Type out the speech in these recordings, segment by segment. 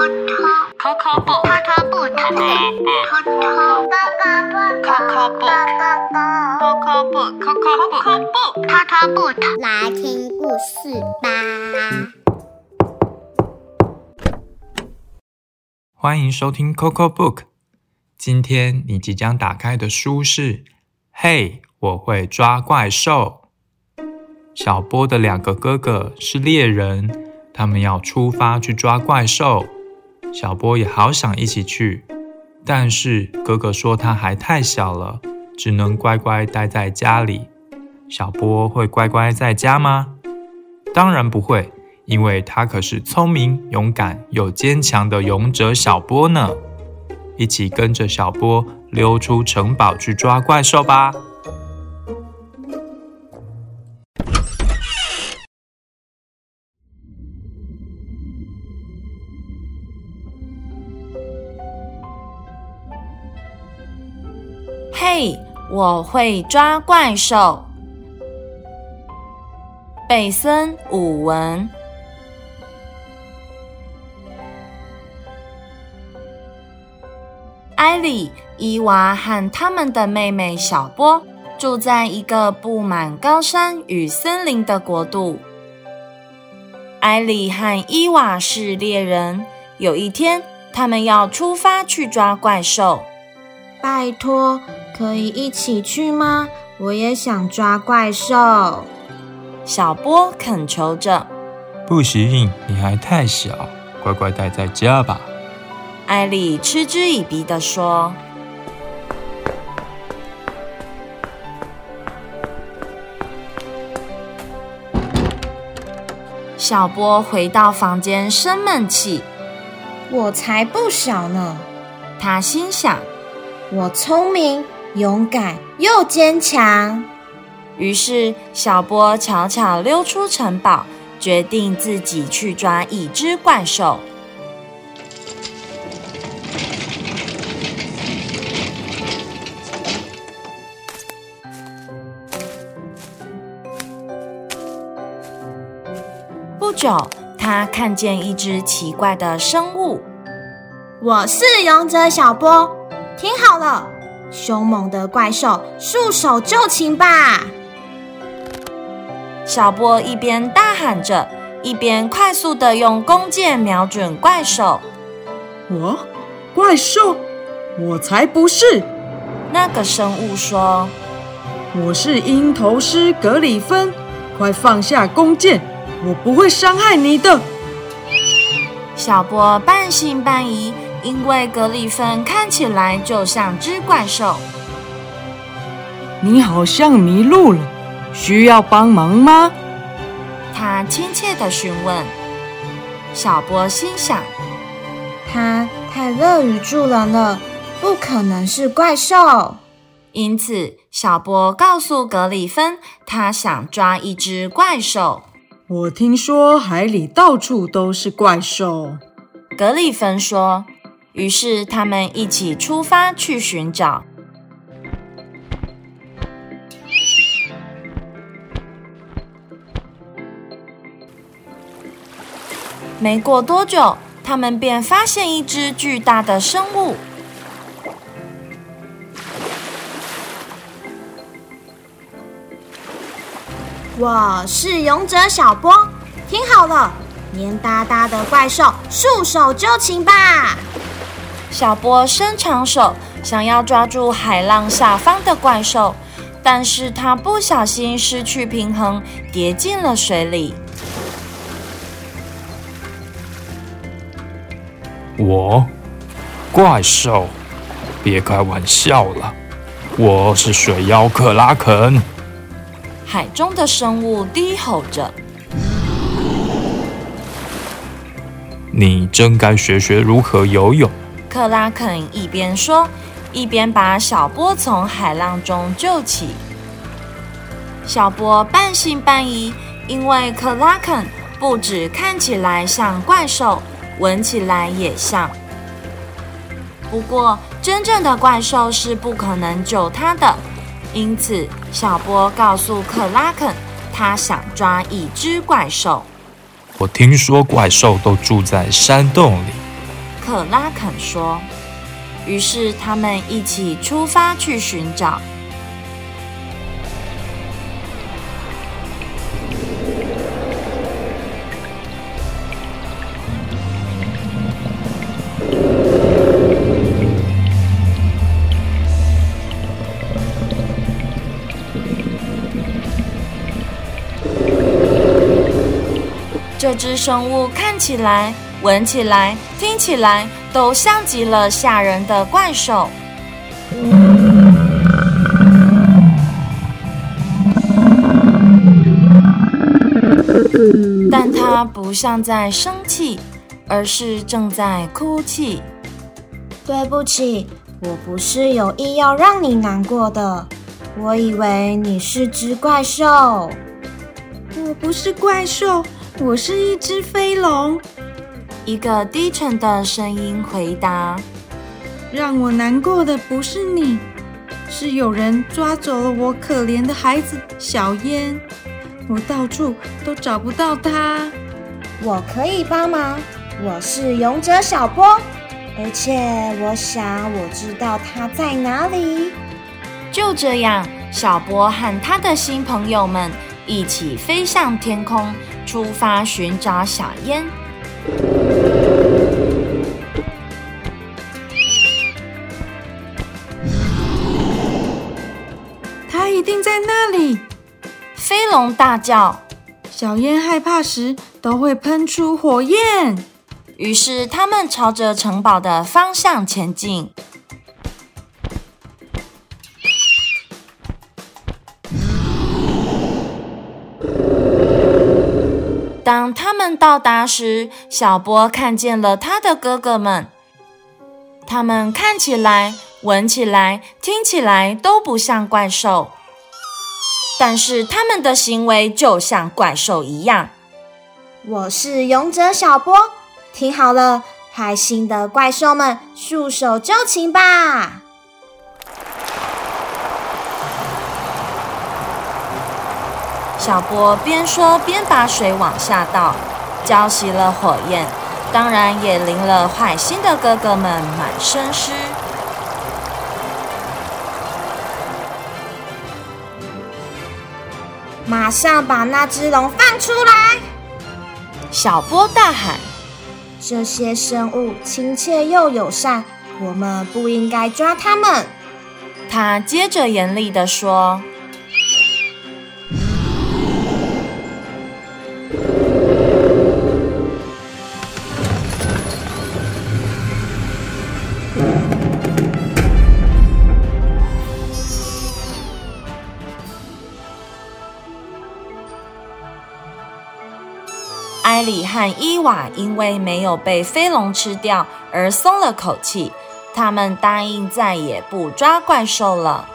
来听故事吧。 欢迎收听 Coco Book。今天你即将打开的书是嘿，我会抓怪兽。小波的2个哥哥是猎人，他们要出发去抓怪兽。小波也好想一起去，但是哥哥说他还太小了，只能乖乖待在家里。小波会乖乖在家吗？当然不会，因为他可是聪明、勇敢又坚强的勇者小波呢。一起跟着小波溜出城堡去抓怪兽吧。 嘿，我会抓怪兽。贝森武文。艾莉、伊娃和他们的妹妹小波住在一个布满高山与森林的国度。艾莉和伊娃是猎人，有一天，他们要出发去抓怪兽。 拜托，可以一起去吗？我也想抓怪兽。 小波恳求着。 不行，你还太小，乖乖待在家吧。 艾莉嗤之以鼻地说。小波回到房间生闷气。 我才不小呢， 他心想。 我聪明、勇敢又坚强。 于是小波悄悄溜出城堡，决定自己去抓一只怪兽。不久，他看见一只奇怪的生物。 我是勇者小波，听好了，凶猛的怪兽，束手就擒吧！ 小波一边大喊着，一边快速地用弓箭瞄准怪兽。 我？怪兽？我才不是！ 那个生物说：“ 我是鹰头狮格里芬，快放下弓箭，我不会伤害你的。” 小波半信半疑，因为格里芬看起来就像只怪兽。 你好像迷路了，需要帮忙吗？ 他亲切地询问。小波心想， 他太乐于助人了，不可能是怪兽。 因此，小波告诉格里芬，他想抓一只怪兽。 我听说海里到处都是怪兽。 格里芬说。于是他们一起出发去寻找。没过多久，他们便发现一只巨大的生物。 我是勇者小波，听好了，黏哒哒的怪兽，束手就擒吧！ 小波伸长手，想要抓住海浪下方的怪兽，但是他不小心失去平衡，跌进了水里。 我？怪兽？别开玩笑了，我是水妖克拉肯。 海中的生物低吼着。 你真该学学如何游泳。 克拉肯一边说，一边把小波从海浪中救起。小波半信半疑，因为克拉肯不只看起来像怪兽，闻起来也像。不过，真正的怪兽是不可能救他的，因此小波告诉克拉肯，他想抓一只怪兽。 我听说怪兽都住在山洞里， 克拉肯说。于是他们一起出发去寻找。这只生物看起来、闻起来、听起来都像极了吓人的怪兽。但它不像在生气，而是正在哭泣。 对不起，我不是有意要让你难过的，我以为你是只怪兽。 我不是怪兽，我是一只飞龙。 一个低沉的声音回答： 让我难过的不是你，是有人抓走了我可怜的孩子小烟，我到处都找不到他。 我可以帮忙，我是勇者小波，而且我想我知道他在哪里。 就这样，小波和他的新朋友们一起飞向天空，出发寻找小烟。 他一定在那里！ 飞龙大叫。 小烟害怕时都会喷出火焰。 于是他们朝着城堡的方向前进。当他们到达时，小波看见了他的哥哥们。他们看起来、闻起来、听起来都不像怪兽，但是他们的行为就像怪兽一样。 我是勇者小波，听好了，害心的怪兽们，束手就擒吧！ 小波边说边把水往下倒，浇熄了火焰，当然也淋了坏心的哥哥们满身湿。 马上把那只龙放出来！ 小波大喊： 这些生物亲切又友善，我们不应该抓它们。 他接着严厉地说：埃里和伊娃因为没有被飞龙吃掉而松了口气，他们答应再也不抓怪兽了。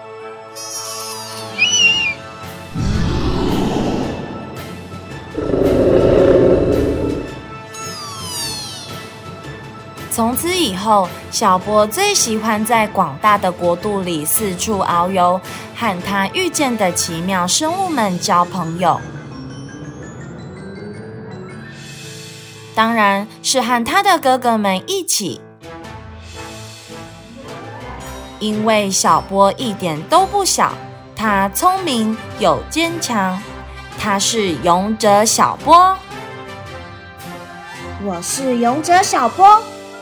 从此以后，小波最喜欢在广大的国度里四处遨游，和他遇见的奇妙生物们交朋友。当然是和他的哥哥们一起，因为小波一点都不小，他聪明又坚强，他是勇者小波。 我是勇者小波。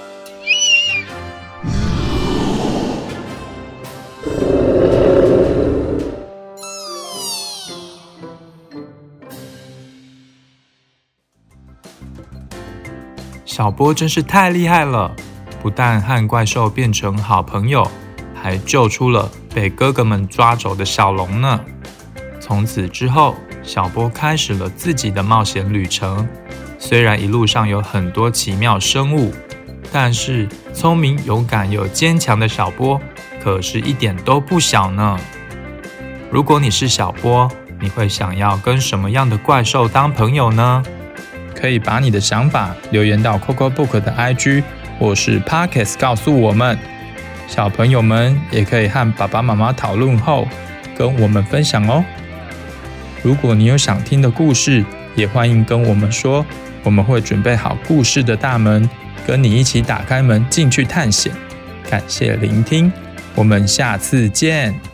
小波真是太厉害了，不但和怪兽变成好朋友，还救出了被哥哥们抓走的小龙呢。从此之后，小波开始了自己的冒险旅程。虽然一路上有很多奇妙生物，但是聪明、勇敢又坚强的小波可是一点都不小呢。如果你是小波，你会想要跟什么样的怪兽当朋友呢？可以把你的想法留言到 CocoBook 的 IG 或是 Podcast 告诉我们。小朋友们也可以和爸爸妈妈讨论后跟我们分享哦。如果你有想听的故事，也欢迎跟我们说，我们会准备好故事的大门， 跟你一起打开门进去探险。感谢聆听，我们下次见。